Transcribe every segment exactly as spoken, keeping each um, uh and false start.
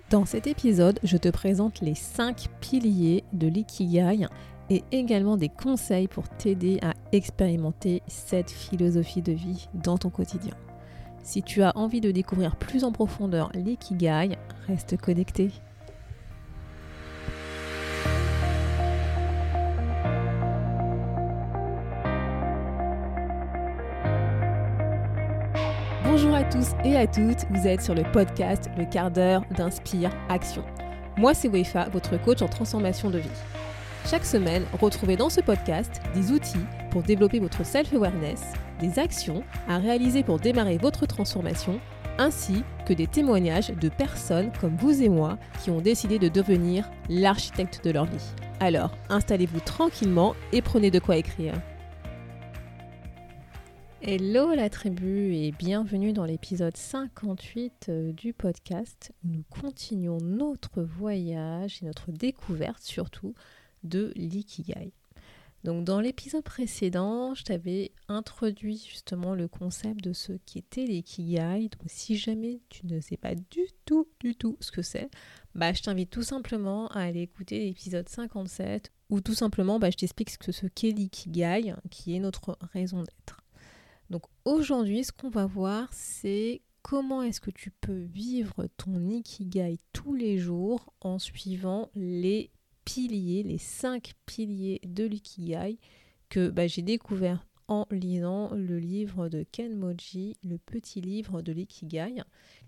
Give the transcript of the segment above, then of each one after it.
Dans cet épisode, je te présente les cinq piliers de l'ikigai et également des conseils pour t'aider à expérimenter cette philosophie de vie dans ton quotidien. Si tu as envie de découvrir plus en profondeur l'ikigai, reste connecté. Bonjour à tous et à toutes, vous êtes sur le podcast Le quart d'heure d'Inspire Action. Moi c'est Wefa, votre coach en transformation de vie. Chaque semaine, retrouvez dans ce podcast des outils pour développer votre self-awareness, des actions à réaliser pour démarrer votre transformation, ainsi que des témoignages de personnes comme vous et moi qui ont décidé de devenir l'architecte de leur vie. Alors, installez-vous tranquillement et prenez de quoi écrire. Hello la tribu et bienvenue dans l'épisode cinquante-huit du podcast où nous continuons notre voyage et notre découverte surtout de l'ikigai. Donc dans l'épisode précédent, je t'avais introduit justement le concept de ce qu'était l'ikigai. Donc si jamais tu ne sais pas du tout, du tout ce que c'est, bah, je t'invite tout simplement à aller écouter l'épisode cinquante-sept où tout simplement bah, je t'explique ce, que, ce qu'est l'ikigai, qui est notre raison d'être. Donc aujourd'hui, ce qu'on va voir, c'est comment est-ce que tu peux vivre ton ikigai tous les jours en suivant les piliers, les cinq piliers de l'ikigai que bah, j'ai découvert en lisant le livre de Ken Moji, le petit livre de l'ikigai.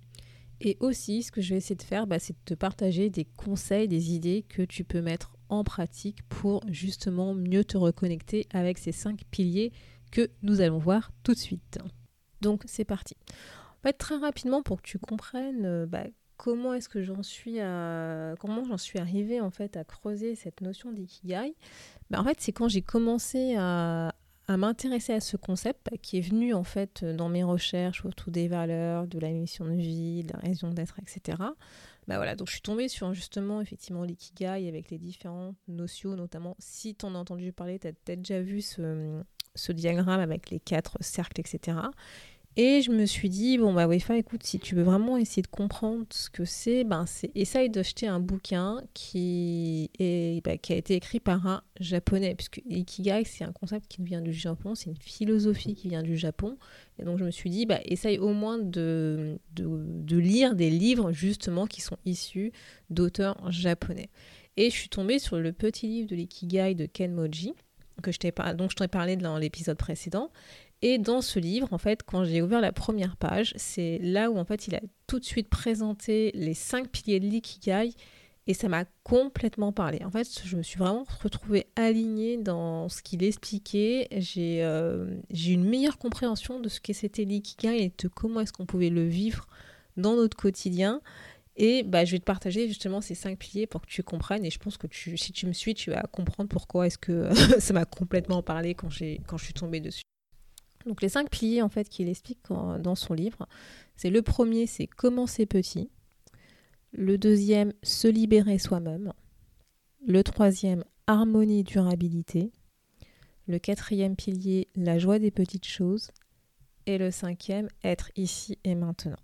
Et aussi, ce que je vais essayer de faire, bah, c'est de te partager des conseils, des idées que tu peux mettre en pratique pour justement mieux te reconnecter avec ces cinq piliers que nous allons voir tout de suite. Donc c'est parti. En fait, très rapidement pour que tu comprennes euh, bah, comment est-ce que j'en suis à comment j'en suis arrivée en fait à creuser cette notion d'ikigai. Bah, en fait, c'est quand j'ai commencé à, à m'intéresser à ce concept bah, qui est venu en fait dans mes recherches autour des valeurs, de la mission de vie, de la raison d'être, et cetera. Bah voilà, donc je suis tombée sur justement effectivement l'ikigai avec les différentes notions, notamment si tu en as entendu parler, tu as peut-être déjà vu ce ce diagramme avec les quatre cercles, et cetera. Et je me suis dit, bon bah Wefa, écoute, si tu veux vraiment essayer de comprendre ce que c'est, ben c'est essaye d'acheter un bouquin qui, est, bah, qui a été écrit par un japonais, puisque l'ikigai, c'est un concept qui vient du Japon, c'est une philosophie qui vient du Japon. Et donc je me suis dit, bah essaye au moins de, de, de lire des livres justement qui sont issus d'auteurs japonais. Et je suis tombée sur le petit livre de l'ikigai de Ken Moji, que je t'ai par... dont je t'ai parlé dans l'épisode précédent. Et dans ce livre, en fait, quand j'ai ouvert la première page, c'est là où en fait il a tout de suite présenté les cinq piliers de l'ikigai et ça m'a complètement parlé. En fait, je me suis vraiment retrouvée alignée dans ce qu'il expliquait. J'ai, euh, j'ai une meilleure compréhension de ce que c'était l'ikigai et de comment est-ce qu'on pouvait le vivre dans notre quotidien. Et bah, je vais te partager justement ces cinq piliers pour que tu comprennes. Et je pense que tu, si tu me suis, tu vas comprendre pourquoi est-ce que ça m'a complètement parlé quand, j'ai, quand je suis tombée dessus. Donc les cinq piliers en fait qu'il explique dans son livre, c'est le premier, c'est commencer petit. Le deuxième, se libérer soi-même. Le troisième, harmonie, durabilité. Le quatrième pilier, la joie des petites choses. Et le cinquième, être ici et maintenant.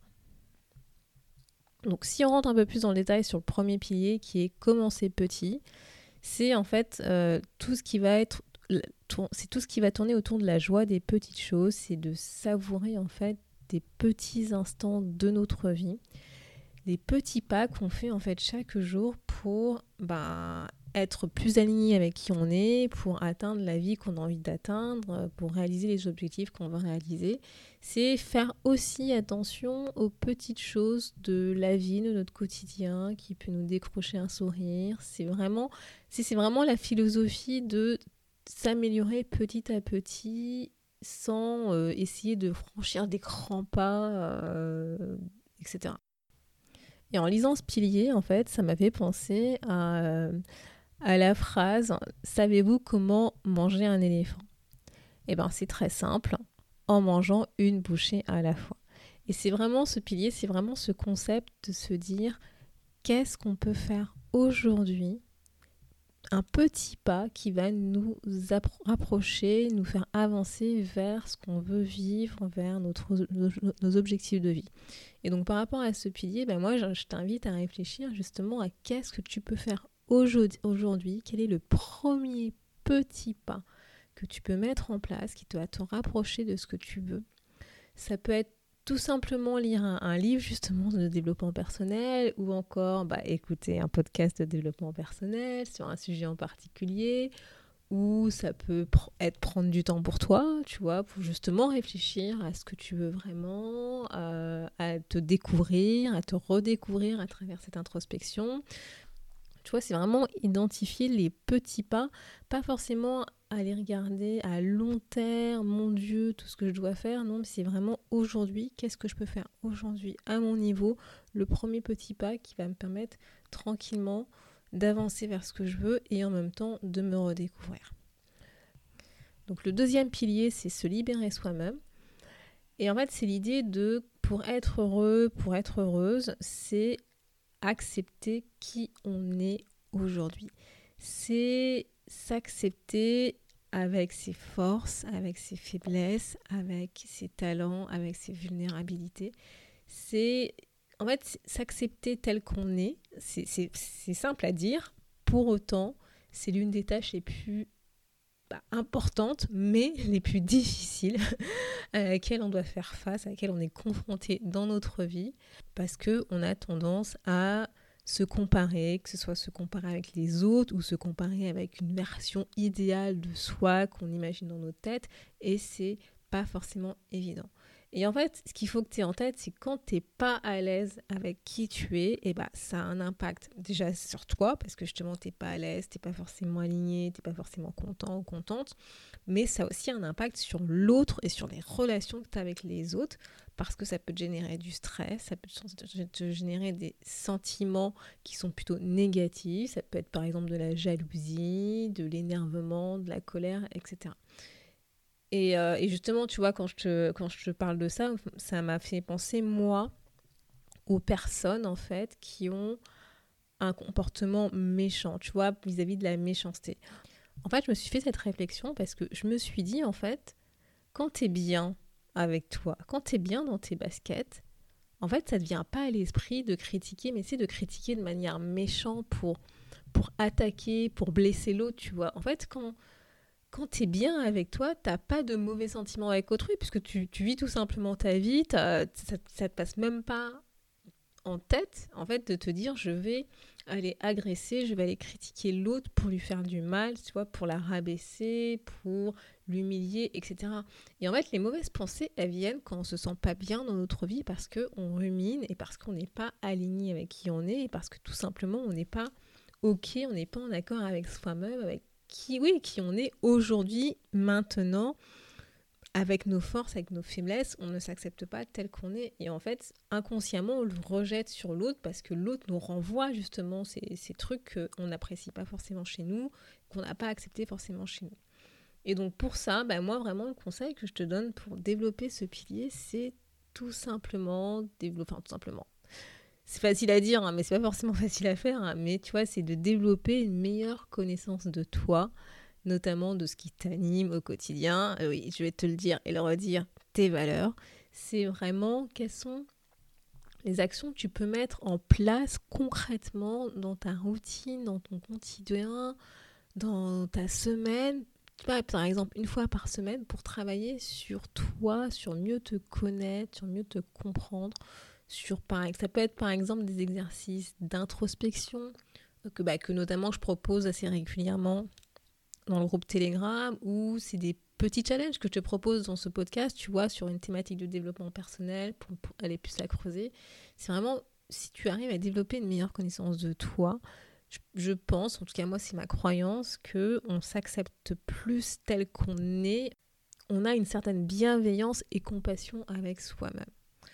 Donc si on rentre un peu plus dans le détail sur le premier pilier qui est commencer petit, c'est en fait euh, tout ce qui va être, c'est tout ce qui va tourner autour de la joie des petites choses, c'est de savourer en fait des petits instants de notre vie, des petits pas qu'on fait en fait chaque jour pour bah, être plus aligné avec qui on est, pour atteindre la vie qu'on a envie d'atteindre, pour réaliser les objectifs qu'on veut réaliser. C'est faire aussi attention aux petites choses de la vie, de notre quotidien, qui peut nous décrocher un sourire. C'est vraiment, c'est, c'est vraiment la philosophie de s'améliorer petit à petit sans euh, essayer de franchir des grands pas, euh, et cetera. Et en lisant ce pilier, en fait, ça m'a fait penser à... Euh, à la phrase « Savez-vous comment manger un éléphant ?» Eh bien, c'est très simple, en mangeant une bouchée à la fois. Et c'est vraiment ce pilier, c'est vraiment ce concept de se dire « Qu'est-ce qu'on peut faire aujourd'hui un petit pas qui va nous appro- rapprocher, nous faire avancer vers ce qu'on veut vivre, vers notre, nos, nos objectifs de vie. Et donc par rapport à ce pilier, ben moi je, je t'invite à réfléchir justement à qu'est-ce que tu peux faire aujourd'hui, aujourd'hui, quel est le premier petit pas que tu peux mettre en place qui te va te rapprocher de ce que tu veux. Ça peut être tout simplement lire un, un livre justement de développement personnel ou encore bah, écouter un podcast de développement personnel sur un sujet en particulier, ou ça peut pr- être prendre du temps pour toi, tu vois, pour justement réfléchir à ce que tu veux vraiment, euh, à te découvrir, à te redécouvrir à travers cette introspection. Tu vois, c'est vraiment identifier les petits pas, pas forcément aller regarder à long terme, mon Dieu, tout ce que je dois faire. Non, mais c'est vraiment aujourd'hui, qu'est-ce que je peux faire aujourd'hui à mon niveau, le premier petit pas qui va me permettre tranquillement d'avancer vers ce que je veux et en même temps de me redécouvrir. Donc le deuxième pilier, c'est se libérer soi-même. Et en fait, c'est l'idée de, pour être heureux, pour être heureuse, c'est accepter qui on est aujourd'hui. C'est s'accepter avec ses forces, avec ses faiblesses, avec ses talents, avec ses vulnérabilités. C'est en fait s'accepter tel qu'on est. C'est, c'est, c'est simple à dire. Pour autant, c'est l'une des tâches les plus bah, importantes, mais les plus difficiles à laquelle on doit faire face, à laquelle on est confronté dans notre vie, parce qu'on a tendance à se comparer, que ce soit se comparer avec les autres ou se comparer avec une version idéale de soi qu'on imagine dans notre tête, et c'est pas forcément évident. Et en fait, ce qu'il faut que tu aies en tête, c'est que quand tu n'es pas à l'aise avec qui tu es, et bah, ça a un impact déjà sur toi, parce que justement, tu n'es pas à l'aise, tu n'es pas forcément aligné, tu n'es pas forcément content ou contente, mais ça a aussi un impact sur l'autre et sur les relations que tu as avec les autres, parce que ça peut te générer du stress, ça peut te générer des sentiments qui sont plutôt négatifs, ça peut être par exemple de la jalousie, de l'énervement, de la colère, et cetera. Et, euh, et justement, tu vois, quand je, te, quand je te parle de ça, ça m'a fait penser, moi, aux personnes, en fait, qui ont un comportement méchant, tu vois, vis-à-vis de la méchanceté. En fait, je me suis fait cette réflexion parce que je me suis dit, en fait, quand t'es bien avec toi, quand t'es bien dans tes baskets, en fait, ça ne te vient pas à l'esprit de critiquer, mais c'est de critiquer de manière méchante pour, pour attaquer, pour blesser l'autre, tu vois. En fait, quand... Quand tu es bien avec toi, tu n'as pas de mauvais sentiments avec autrui, puisque tu, tu vis tout simplement ta vie, ça ne te passe même pas en tête, en fait, de te dire je vais aller agresser, je vais aller critiquer l'autre pour lui faire du mal, tu vois, pour la rabaisser, pour l'humilier, et cetera. Et en fait, les mauvaises pensées, elles viennent quand on ne se sent pas bien dans notre vie, parce qu'on rumine et parce qu'on n'est pas aligné avec qui on est, et parce que tout simplement, on n'est pas OK, on n'est pas en accord avec soi-même, avec qui, oui, qui on est aujourd'hui, maintenant, avec nos forces, avec nos faiblesses, on ne s'accepte pas tel qu'on est. Et en fait, inconsciemment, on le rejette sur l'autre parce que l'autre nous renvoie justement ces, ces trucs qu'on n'apprécie pas forcément chez nous, qu'on n'a pas accepté forcément chez nous. Et donc pour ça, bah moi vraiment, le conseil que je te donne pour développer ce pilier, c'est tout simplement développer, enfin tout simplement. C'est facile à dire, hein, mais c'est pas forcément facile à faire. Hein, mais tu vois, c'est de développer une meilleure connaissance de toi, notamment de ce qui t'anime au quotidien. Euh, oui, je vais te le dire et le redire, tes valeurs. C'est vraiment quelles sont les actions que tu peux mettre en place concrètement dans ta routine, dans ton quotidien, dans ta semaine. Tu vois, par exemple, une fois par semaine pour travailler sur toi, sur mieux te connaître, sur mieux te comprendre. Sur, par, ça peut être par exemple des exercices d'introspection que, bah, que notamment je propose assez régulièrement dans le groupe Telegram, ou c'est des petits challenges que je te propose dans ce podcast, tu vois, sur une thématique de développement personnel pour, pour aller plus la creuser. C'est vraiment, si tu arrives à développer une meilleure connaissance de toi, je, je pense, en tout cas moi c'est ma croyance, qu'on s'accepte plus tel qu'on est, on a une certaine bienveillance et compassion avec soi-même.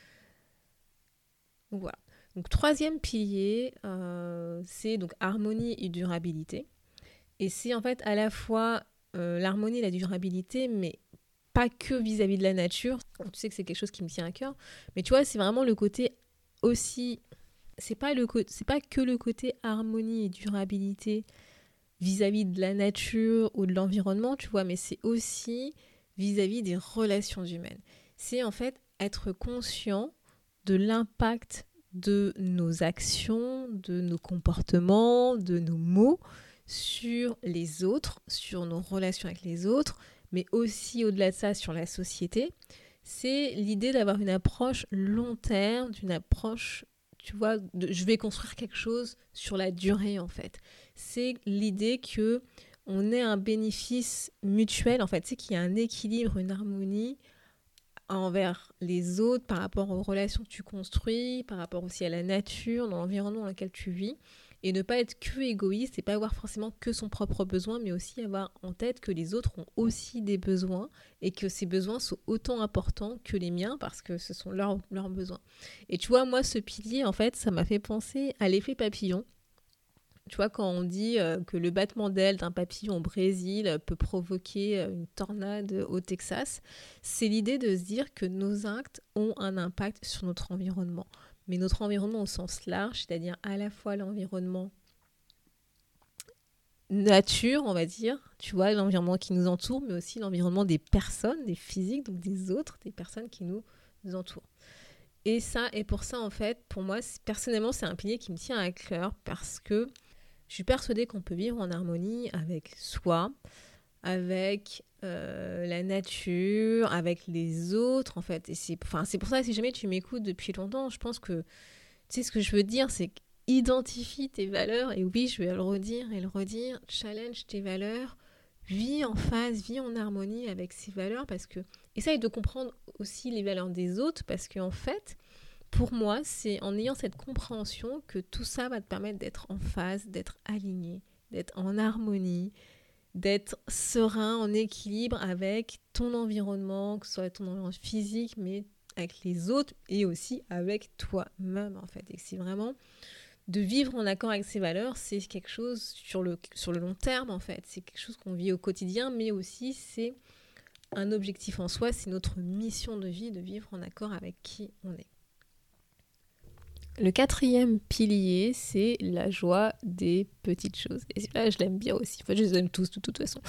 Donc voilà. Donc troisième pilier, euh, c'est donc harmonie et durabilité. Et c'est en fait à la fois euh, l'harmonie et la durabilité, mais pas que vis-à-vis de la nature. Tu sais que c'est quelque chose qui me tient à cœur. Mais tu vois, c'est vraiment le côté aussi... C'est pas, le co- c'est pas que le côté harmonie et durabilité vis-à-vis de la nature ou de l'environnement, tu vois, mais c'est aussi vis-à-vis des relations humaines. C'est en fait être conscient de l'impact de nos actions, de nos comportements, de nos mots sur les autres, sur nos relations avec les autres, mais aussi au-delà de ça sur la société. C'est l'idée d'avoir une approche long terme, d'une approche, tu vois, de, je vais construire quelque chose sur la durée en fait. C'est l'idée que on ait un bénéfice mutuel, en fait, c'est qu'il y a un équilibre, une harmonie envers les autres, par rapport aux relations que tu construis, par rapport aussi à la nature, dans l'environnement dans lequel tu vis, et ne pas être que égoïste et pas avoir forcément que son propre besoin, mais aussi avoir en tête que les autres ont aussi des besoins et que ces besoins sont autant importants que les miens parce que ce sont leurs, leurs besoins. Et tu vois, moi, ce pilier, en fait, ça m'a fait penser à l'effet papillon. Tu vois, quand on dit euh, que le battement d'aile d'un papillon au Brésil euh, peut provoquer euh, une tornade au Texas, c'est l'idée de se dire que nos actes ont un impact sur notre environnement. Mais notre environnement au sens large, c'est-à-dire à la fois l'environnement nature, on va dire, tu vois, l'environnement qui nous entoure, mais aussi l'environnement des personnes, des physiques, donc des autres, des personnes qui nous entourent. Et ça, et pour ça, en fait, pour moi, personnellement, c'est un pilier qui me tient à cœur parce que je suis persuadée qu'on peut vivre en harmonie avec soi, avec euh, la nature, avec les autres, en fait. Et c'est, enfin, c'est pour ça que si jamais tu m'écoutes depuis longtemps, je pense que, tu sais, ce que je veux te dire, c'est identifie tes valeurs. Et oui, je vais le redire et le redire. Challenge tes valeurs. Vis en phase, vis en harmonie avec ces valeurs. Parce que, essaye de comprendre aussi les valeurs des autres. Parce qu'en fait, pour moi, c'est en ayant cette compréhension que tout ça va te permettre d'être en phase, d'être aligné, d'être en harmonie, d'être serein, en équilibre avec ton environnement, que ce soit ton environnement physique, mais avec les autres et aussi avec toi-même, en fait. Et c'est vraiment de vivre en accord avec ses valeurs, c'est quelque chose sur le, sur le long terme, en fait. C'est quelque chose qu'on vit au quotidien, mais aussi c'est un objectif en soi, c'est notre mission de vie, de vivre en accord avec qui on est. Le quatrième pilier, c'est la joie des petites choses. Et là, je l'aime bien aussi. Enfin, je les aime tous, de toute façon.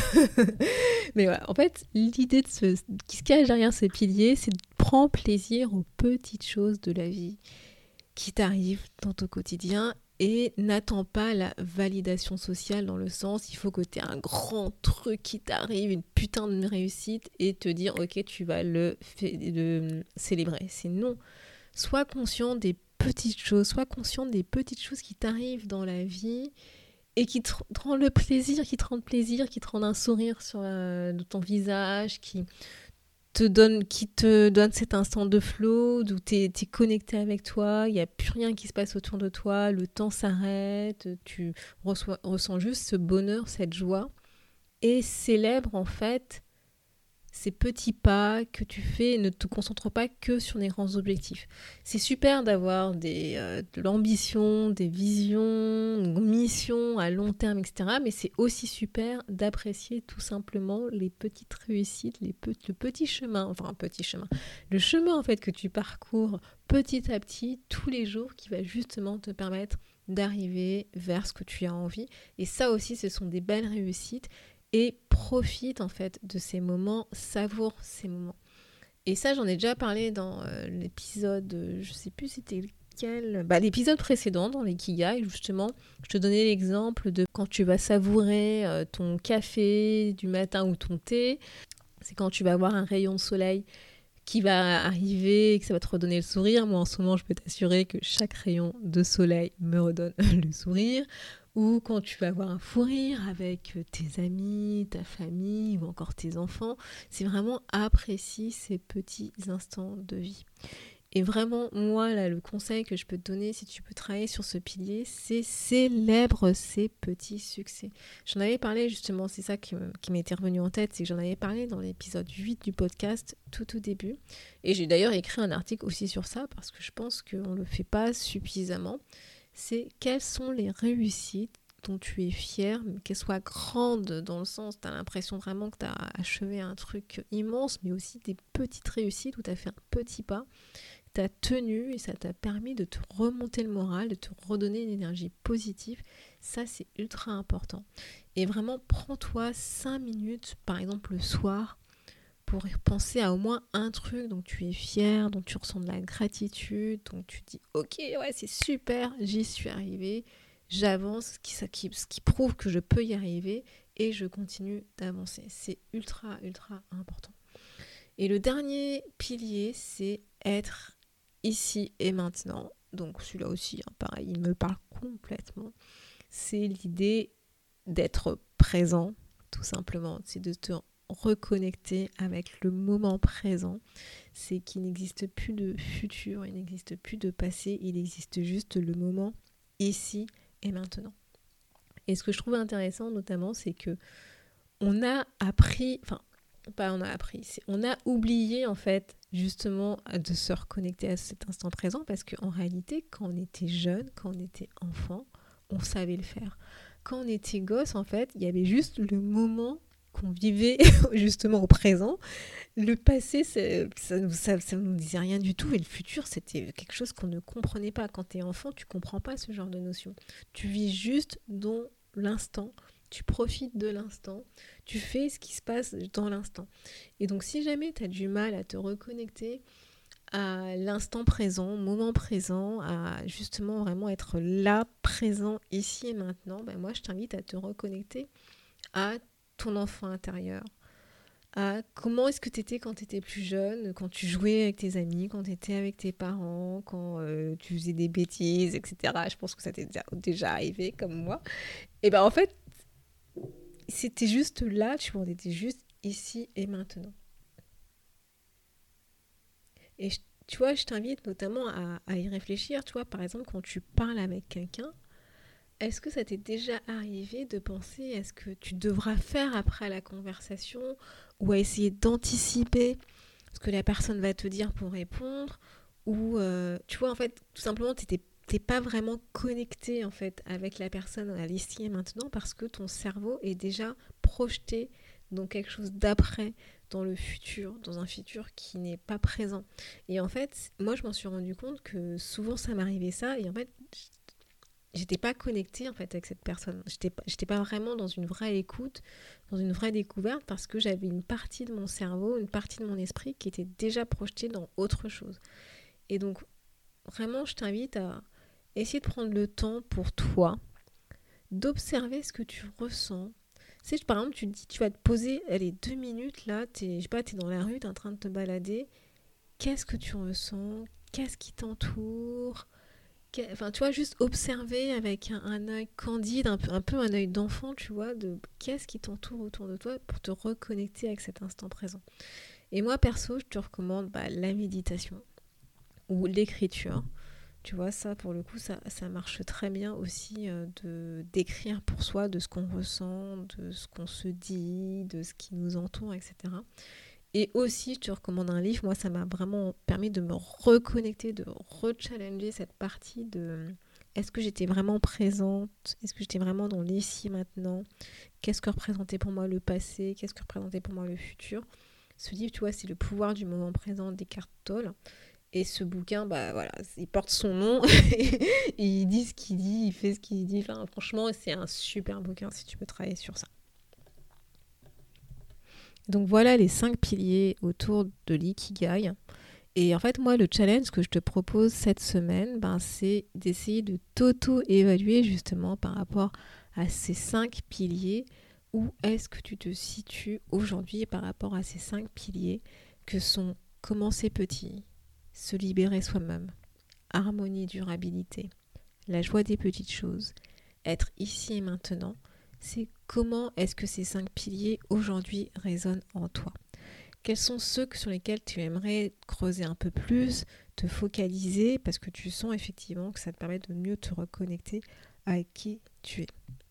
Mais voilà, en fait, l'idée de ce, qui se cache derrière ce pilier, c'est de prendre plaisir aux petites choses de la vie qui t'arrivent dans ton quotidien et n'attends pas la validation sociale dans le sens, il faut que tu aies un grand truc qui t'arrive, une putain de réussite et te dire, ok, tu vas le, le célébrer. C'est non. Sois conscient des petites choses, sois conscient des petites choses qui t'arrivent dans la vie et qui te, te rendent le plaisir, qui te rendent plaisir, qui te rendent un sourire sur euh, ton visage, qui te donne, qui te donne cet instant de flow, où tu es connecté avec toi, il n'y a plus rien qui se passe autour de toi, le temps s'arrête, tu reçois, ressens juste ce bonheur, cette joie et célèbre en fait ces petits pas que tu fais, ne te concentre pas que sur des grands objectifs. C'est super d'avoir des, euh, de l'ambition, des visions, une mission à long terme, et cetera. Mais c'est aussi super d'apprécier tout simplement les petites réussites, les pe- le petit chemin, enfin un petit chemin, le chemin en fait que tu parcours petit à petit, tous les jours, qui va justement te permettre d'arriver vers ce que tu as envie. Et ça aussi, ce sont des belles réussites. Et profite en fait de ces moments, savoure ces moments. Et ça, j'en ai déjà parlé dans euh, l'épisode, euh, je sais plus c'était lequel, bah, l'épisode précédent dans l'Ikigai, justement, je te donnais l'exemple de quand tu vas savourer euh, ton café du matin ou ton thé, c'est quand tu vas avoir un rayon de soleil qui va arriver et que ça va te redonner le sourire. Moi, en ce moment, je peux t'assurer que chaque rayon de soleil me redonne le sourire. Ou quand tu vas avoir un fou rire avec tes amis, ta famille ou encore tes enfants. C'est vraiment apprécier ces petits instants de vie. Et vraiment, moi, là, le conseil que je peux te donner, si tu peux travailler sur ce pilier, c'est célèbre ces petits succès. J'en avais parlé justement, c'est ça qui, me, qui m'était revenu en tête, c'est que j'en avais parlé dans l'épisode huit du podcast, tout au début. Et j'ai d'ailleurs écrit un article aussi sur ça, parce que je pense qu'on ne le fait pas suffisamment. C'est quelles sont les réussites dont tu es fière, qu'elles soient grandes dans le sens, tu as l'impression vraiment que tu as achevé un truc immense, mais aussi des petites réussites où tu as fait un petit pas, t'a tenu et ça t'a permis de te remonter le moral, de te redonner une énergie positive. Ça, c'est ultra important. Et vraiment, prends-toi cinq minutes, par exemple le soir, pour penser à au moins un truc dont tu es fier, dont tu ressens de la gratitude, dont tu dis « Ok, ouais, c'est super, j'y suis arrivée, j'avance, ce qui, ça, qui, ce qui prouve que je peux y arriver et je continue d'avancer. » C'est ultra, ultra important. Et le dernier pilier, c'est être ici et maintenant. Donc celui-là aussi, hein, pareil, il me parle complètement. C'est l'idée d'être présent, tout simplement. C'est de te reconnecter avec le moment présent. C'est qu'il n'existe plus de futur, il n'existe plus de passé, il existe juste le moment ici et maintenant. Et ce que je trouve intéressant notamment, c'est que on a appris, enfin pas on a appris, c'est, on a oublié en fait justement de se reconnecter à cet instant présent parce qu'en réalité, quand on était jeune, quand on était enfant, on savait le faire. Quand on était gosse, en fait, il y avait juste le moment qu'on vivait justement au présent. Le passé, c'est, ça nous, ça, ça nous disait rien du tout. Et le futur, c'était quelque chose qu'on ne comprenait pas. Quand tu es enfant, tu ne comprends pas ce genre de notion. Tu vis juste dans l'instant. Tu profites de l'instant. Tu fais ce qui se passe dans l'instant. Et donc, si jamais tu as du mal à te reconnecter à l'instant présent, au moment présent, à justement vraiment être là, présent, ici et maintenant, ben moi, je t'invite à te reconnecter à ton enfant intérieur, à comment est-ce que tu étais quand tu étais plus jeune, quand tu jouais avec tes amis, quand tu étais avec tes parents, quand euh, tu faisais des bêtises, et cetera. Je pense que ça t'est déjà, déjà arrivé comme moi. Et ben en fait, c'était juste là, tu vois, on était juste ici et maintenant. Et je, tu vois, je t'invite notamment à, à y réfléchir. Tu vois, par exemple, quand tu parles avec quelqu'un, est-ce que ça t'est déjà arrivé de penser à ce que tu devras faire après la conversation ou à essayer d'anticiper ce que la personne va te dire pour répondre ou euh, tu vois en fait tout simplement t'étais, t'es pas vraiment connecté en fait avec la personne à l'ici et maintenant parce que ton cerveau est déjà projeté dans quelque chose d'après, dans le futur, dans un futur qui n'est pas présent. Et en fait, moi je m'en suis rendu compte que souvent ça m'arrivait ça et en fait j'étais pas connectée en fait avec cette personne. J'étais pas, j'étais pas vraiment dans une vraie écoute, dans une vraie découverte parce que j'avais une partie de mon cerveau, une partie de mon esprit qui était déjà projetée dans autre chose. Et donc vraiment, je t'invite à essayer de prendre le temps pour toi, d'observer ce que tu ressens. Tu sais, par exemple, tu te dis, tu vas te poser, allez, deux minutes là, t'es, je sais pas, t'es dans la rue, t'es en train de te balader. Qu'est-ce que tu ressens ? Qu'est-ce qui t'entoure ? Enfin, tu vois, juste observer avec un, un œil candide, un peu, un peu un œil d'enfant, tu vois, de qu'est-ce qui t'entoure autour de toi pour te reconnecter avec cet instant présent. Et moi, perso, je te recommande bah, la méditation ou l'écriture. Tu vois, ça, pour le coup, ça, ça marche très bien aussi euh, de, d'écrire pour soi de ce qu'on ressent, de ce qu'on se dit, de ce qui nous entoure, et cetera. Et aussi, je te recommande un livre. Moi, ça m'a vraiment permis de me reconnecter, de rechallenger cette partie de est-ce que j'étais vraiment présente ? Est-ce que j'étais vraiment dans l'ici maintenant ? Qu'est-ce que représentait pour moi le passé ? Qu'est-ce que représentait pour moi le futur ? Ce livre, tu vois, c'est Le pouvoir du moment présent d'Eckhart Tolle. Et ce bouquin, bah voilà, il porte son nom. Il dit ce qu'il dit, il fait ce qu'il dit. Enfin, franchement, c'est un super bouquin si tu peux travailler sur ça. Donc voilà les cinq piliers autour de l'ikigai. Et en fait, moi, le challenge que je te propose cette semaine, ben, c'est d'essayer de t'auto-évaluer justement par rapport à ces cinq piliers. Où est-ce que tu te situes aujourd'hui par rapport à ces cinq piliers que sont commencer petit, se libérer soi-même, harmonie, durabilité, la joie des petites choses, être ici et maintenant. C'est comment est-ce que ces cinq piliers aujourd'hui résonnent en toi. Quels sont ceux sur lesquels tu aimerais creuser un peu plus, te focaliser, parce que tu sens effectivement que ça te permet de mieux te reconnecter à qui tu es.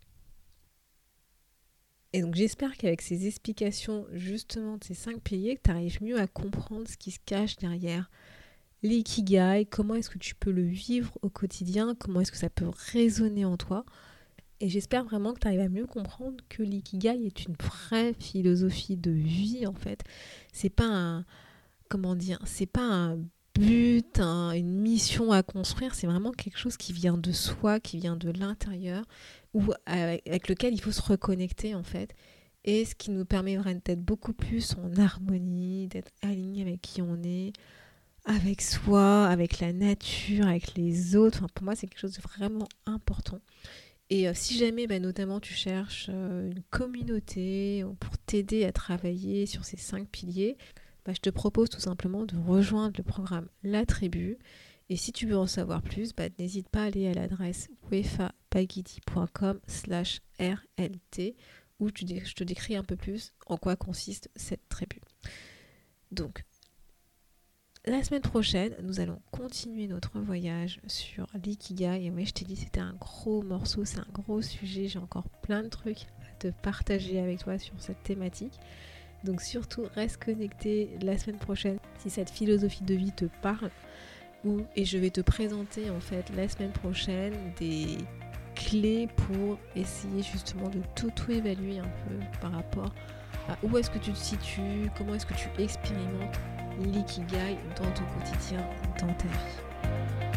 Et donc j'espère qu'avec ces explications justement de ces cinq piliers, que tu arrives mieux à comprendre ce qui se cache derrière l'ikigai, comment est-ce que tu peux le vivre au quotidien, comment est-ce que ça peut résonner en toi. Et j'espère vraiment que tu arrives à mieux comprendre que l'ikigai est une vraie philosophie de vie en fait. C'est pas un, comment dire, c'est pas un but, un, une mission à construire. C'est vraiment quelque chose qui vient de soi, qui vient de l'intérieur, ou avec, avec lequel il faut se reconnecter en fait. Et ce qui nous permet vraiment d'être beaucoup plus en harmonie, d'être aligné avec qui on est, avec soi, avec la nature, avec les autres. Enfin, pour moi, c'est quelque chose de vraiment important. Et euh, si jamais, bah, notamment, tu cherches euh, une communauté pour t'aider à travailler sur ces cinq piliers, bah, je te propose tout simplement de rejoindre le programme La Tribu. Et si tu veux en savoir plus, bah, n'hésite pas à aller à l'adresse wefapagidi.com slash rlt où tu dé- je te décris un peu plus en quoi consiste cette tribu. Donc, la semaine prochaine, nous allons continuer notre voyage sur l'ikigai. Et oui, je t'ai dit, c'était un gros morceau, c'est un gros sujet. J'ai encore plein de trucs à te partager avec toi sur cette thématique. Donc surtout, reste connecté la semaine prochaine si cette philosophie de vie te parle. Ou, et je vais te présenter en fait la semaine prochaine des clés pour essayer justement de t'auto-évaluer un peu par rapport à où est-ce que tu te situes, comment est-ce que tu expérimentes l'ikigai dans ton quotidien, dans ta vie.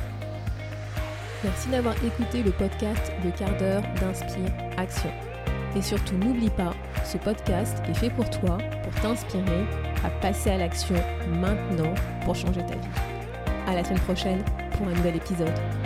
Merci d'avoir écouté le podcast Le quart d'heure d'Inspire Action. Et surtout, n'oublie pas, ce podcast est fait pour toi, pour t'inspirer à passer à l'action maintenant pour changer ta vie. À la semaine prochaine pour un nouvel épisode.